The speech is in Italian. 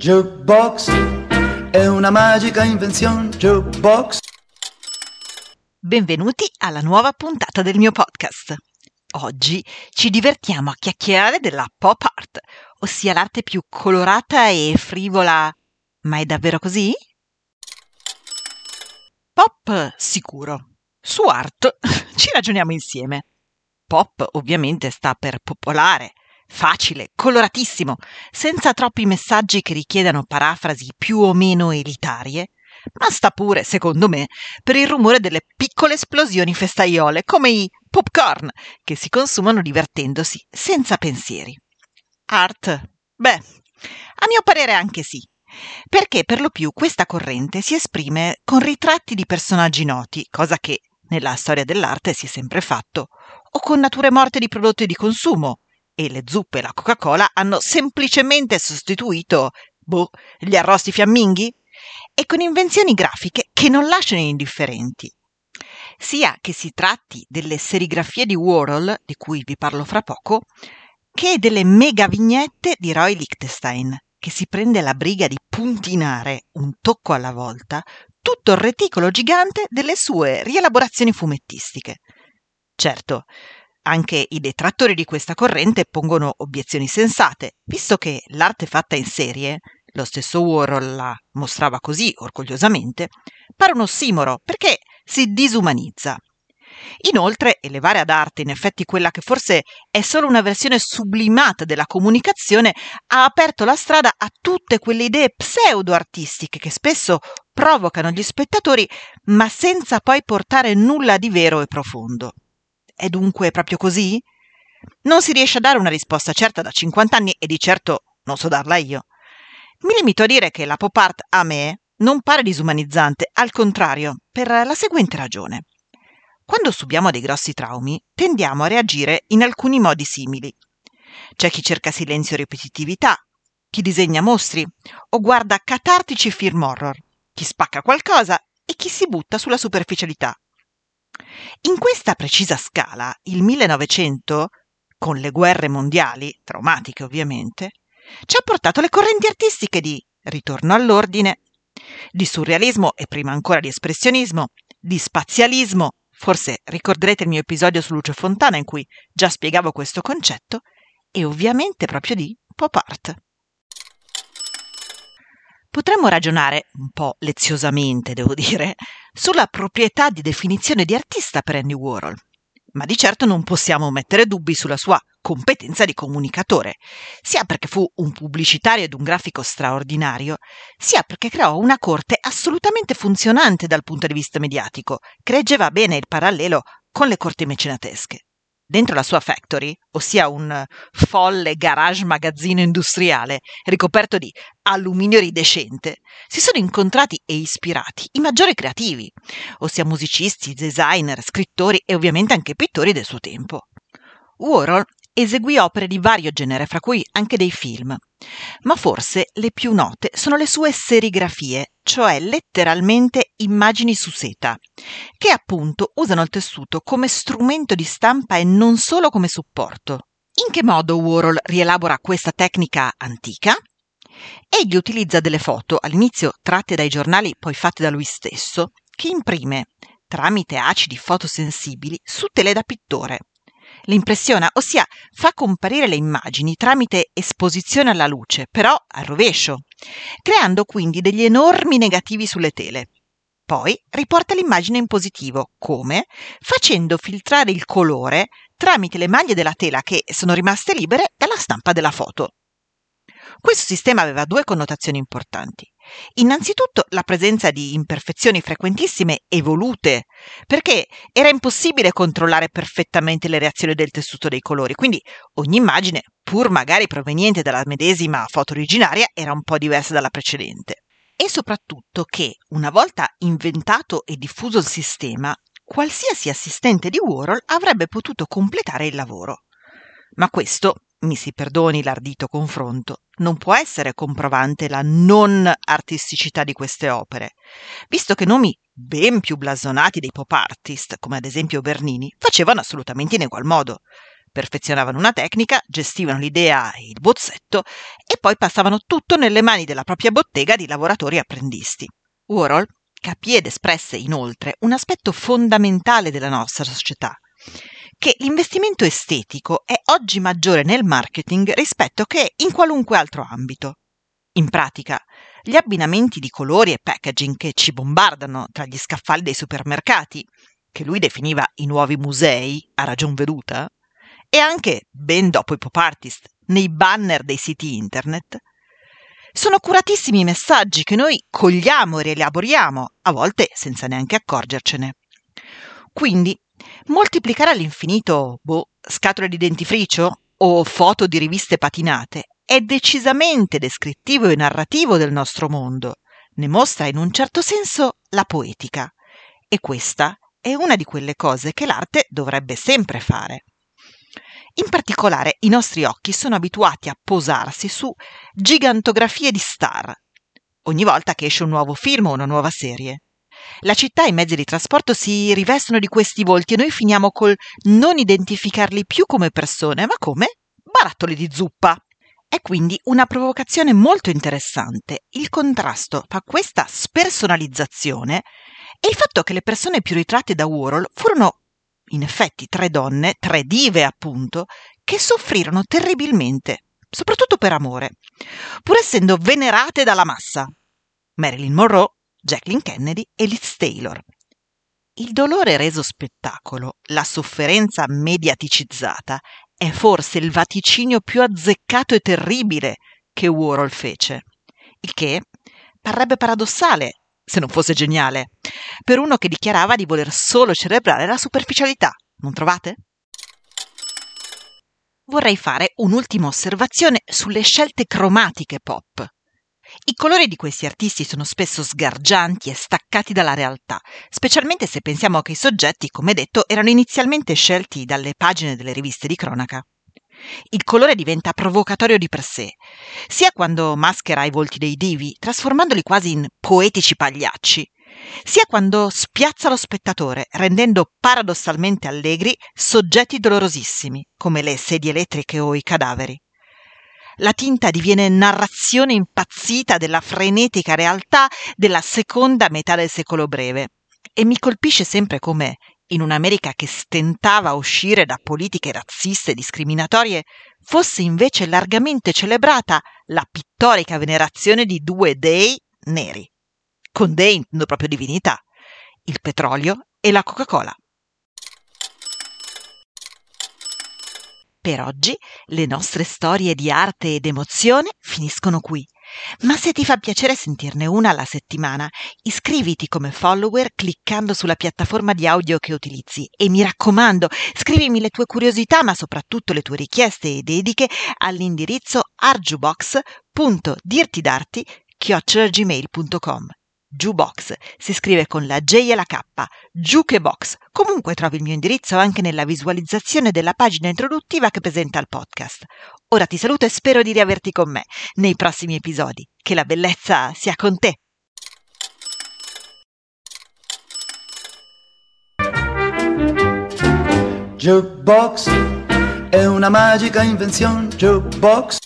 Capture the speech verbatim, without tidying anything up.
Jukebox è una magica invenzione. Jukebox. Benvenuti alla nuova puntata del mio podcast. Oggi ci divertiamo a chiacchierare della pop art, ossia l'arte più colorata e frivola. Ma è davvero così? Pop sicuro. Su art ci ragioniamo insieme. Pop ovviamente sta per popolare, facile, coloratissimo, senza troppi messaggi che richiedano parafrasi più o meno elitarie, ma sta pure, secondo me, per il rumore delle piccole esplosioni festaiole, come i popcorn, che si consumano divertendosi, senza pensieri. Art? Beh, a mio parere anche sì, perché per lo più questa corrente si esprime con ritratti di personaggi noti, cosa che nella storia dell'arte si è sempre fatto, o con nature morte di prodotti di consumo, e le zuppe e la Coca-Cola hanno semplicemente sostituito, boh, gli arrosti fiamminghi, e con invenzioni grafiche che non lasciano indifferenti. Sia che si tratti delle serigrafie di Warhol, di cui vi parlo fra poco, che delle mega vignette di Roy Lichtenstein, che si prende la briga di puntinare un tocco alla volta tutto il reticolo gigante delle sue rielaborazioni fumettistiche. Certo, anche i detrattori di questa corrente pongono obiezioni sensate, visto che l'arte fatta in serie, lo stesso Warhol la mostrava così orgogliosamente, pare un ossimoro perché si disumanizza. Inoltre, elevare ad arte in effetti quella che forse è solo una versione sublimata della comunicazione ha aperto la strada a tutte quelle idee pseudo-artistiche che spesso provocano gli spettatori, ma senza poi portare nulla di vero e profondo. È dunque proprio così? Non si riesce a dare una risposta certa da cinquanta anni e di certo non so darla io. Mi limito a dire che la pop art a me non pare disumanizzante, al contrario, per la seguente ragione. Quando subiamo dei grossi traumi, tendiamo a reagire in alcuni modi simili. C'è chi cerca silenzio e ripetitività, chi disegna mostri o guarda catartici film horror, chi spacca qualcosa e chi si butta sulla superficialità. In questa precisa scala, il millenovecento, con le guerre mondiali, traumatiche ovviamente, ci ha portato le correnti artistiche di ritorno all'ordine, di surrealismo e prima ancora di espressionismo, di spazialismo, forse ricorderete il mio episodio su Lucio Fontana in cui già spiegavo questo concetto, e ovviamente proprio di pop art. Potremmo ragionare, un po' leziosamente devo dire, sulla proprietà di definizione di artista per Andy Warhol, ma di certo non possiamo mettere dubbi sulla sua competenza di comunicatore, sia perché fu un pubblicitario ed un grafico straordinario, sia perché creò una corte assolutamente funzionante dal punto di vista mediatico, che reggeva bene il parallelo con le corti mecenatesche. Dentro la sua factory, ossia un folle garage magazzino industriale ricoperto di alluminio iridescente, si sono incontrati e ispirati i maggiori creativi, ossia musicisti, designer, scrittori e ovviamente anche pittori del suo tempo. Warhol eseguì opere di vario genere, fra cui anche dei film, ma forse le più note sono le sue serigrafie, cioè letteralmente immagini su seta, che appunto usano il tessuto come strumento di stampa e non solo come supporto. In che modo Warhol rielabora questa tecnica antica? Egli utilizza delle foto, all'inizio tratte dai giornali, poi fatte da lui stesso, che imprime, tramite acidi fotosensibili, su tele da pittore. Le impressiona, ossia fa comparire le immagini tramite esposizione alla luce, però al rovescio, creando quindi degli enormi negativi sulle tele. Poi riporta l'immagine in positivo, come? Facendo filtrare il colore tramite le maglie della tela che sono rimaste libere dalla stampa della foto. Questo sistema aveva due connotazioni importanti. Innanzitutto la presenza di imperfezioni frequentissime e volute, perché era impossibile controllare perfettamente le reazioni del tessuto dei colori, quindi ogni immagine, pur magari proveniente dalla medesima foto originaria, era un po' diversa dalla precedente. E soprattutto che, una volta inventato e diffuso il sistema, qualsiasi assistente di Warhol avrebbe potuto completare il lavoro. Ma questo, mi si perdoni l'ardito confronto, non può essere comprovante la non artisticità di queste opere, visto che nomi ben più blasonati dei pop artist, come ad esempio Bernini, facevano assolutamente in egual modo. perfezionavano una tecnica, gestivano l'idea e il bozzetto e poi passavano tutto nelle mani della propria bottega di lavoratori apprendisti. Warhol capì ed espresse inoltre un aspetto fondamentale della nostra società, che l'investimento estetico è oggi maggiore nel marketing rispetto che in qualunque altro ambito. In pratica, gli abbinamenti di colori e packaging che ci bombardano tra gli scaffali dei supermercati, che lui definiva i nuovi musei, a ragion veduta, e anche, ben dopo i pop artist, nei banner dei siti internet, sono curatissimi messaggi che noi cogliamo e rielaboriamo, a volte senza neanche accorgercene. Quindi, moltiplicare all'infinito, boh, scatole di dentifricio o foto di riviste patinate è decisamente descrittivo e narrativo del nostro mondo, ne mostra in un certo senso la poetica, e questa è una di quelle cose che l'arte dovrebbe sempre fare. In particolare i nostri occhi sono abituati a posarsi su gigantografie di star, ogni volta che esce un nuovo film o una nuova serie. La città e i mezzi di trasporto si rivestono di questi volti e noi finiamo col non identificarli più come persone, ma come barattoli di zuppa. È quindi una provocazione molto interessante il contrasto tra questa spersonalizzazione e il fatto che le persone più ritratte da Warhol furono, in effetti, tre donne, tre dive appunto, che soffrirono terribilmente, soprattutto per amore, pur essendo venerate dalla massa. Marilyn Monroe, Jacqueline Kennedy e Liz Taylor. Il dolore reso spettacolo, la sofferenza mediaticizzata, è forse il vaticinio più azzeccato e terribile che Warhol fece, il che parrebbe paradossale, se non fosse geniale, per uno che dichiarava di voler solo celebrare la superficialità, non trovate? Vorrei fare un'ultima osservazione sulle scelte cromatiche pop. I colori di questi artisti sono spesso sgargianti e staccati dalla realtà, specialmente se pensiamo che i soggetti, come detto, erano inizialmente scelti dalle pagine delle riviste di cronaca. Il colore diventa provocatorio di per sé, sia quando maschera i volti dei divi, trasformandoli quasi in poetici pagliacci, sia quando spiazza lo spettatore, rendendo paradossalmente allegri soggetti dolorosissimi, come le sedie elettriche o i cadaveri. La tinta diviene narrazione impazzita della frenetica realtà della seconda metà del secolo breve e mi colpisce sempre come, in un'America che stentava a uscire da politiche razziste e discriminatorie, fosse invece largamente celebrata la pittorica venerazione di due dei neri, con dei intendo proprio divinità, il petrolio e la Coca-Cola. Per oggi le nostre storie di arte ed emozione finiscono qui, ma se ti fa piacere sentirne una alla settimana, iscriviti come follower cliccando sulla piattaforma di audio che utilizzi e mi raccomando, scrivimi le tue curiosità ma soprattutto le tue richieste e dediche all'indirizzo arjubox punto dirtidarti chiocciola gmail punto com. Jukebox si scrive con la J e la K, Jukebox. Comunque trovi il mio indirizzo anche nella visualizzazione della pagina introduttiva che presenta il podcast. Ora ti saluto e spero di riaverti con me nei prossimi episodi. Che la bellezza sia con te! Jukebox è una magica invenzione. Jukebox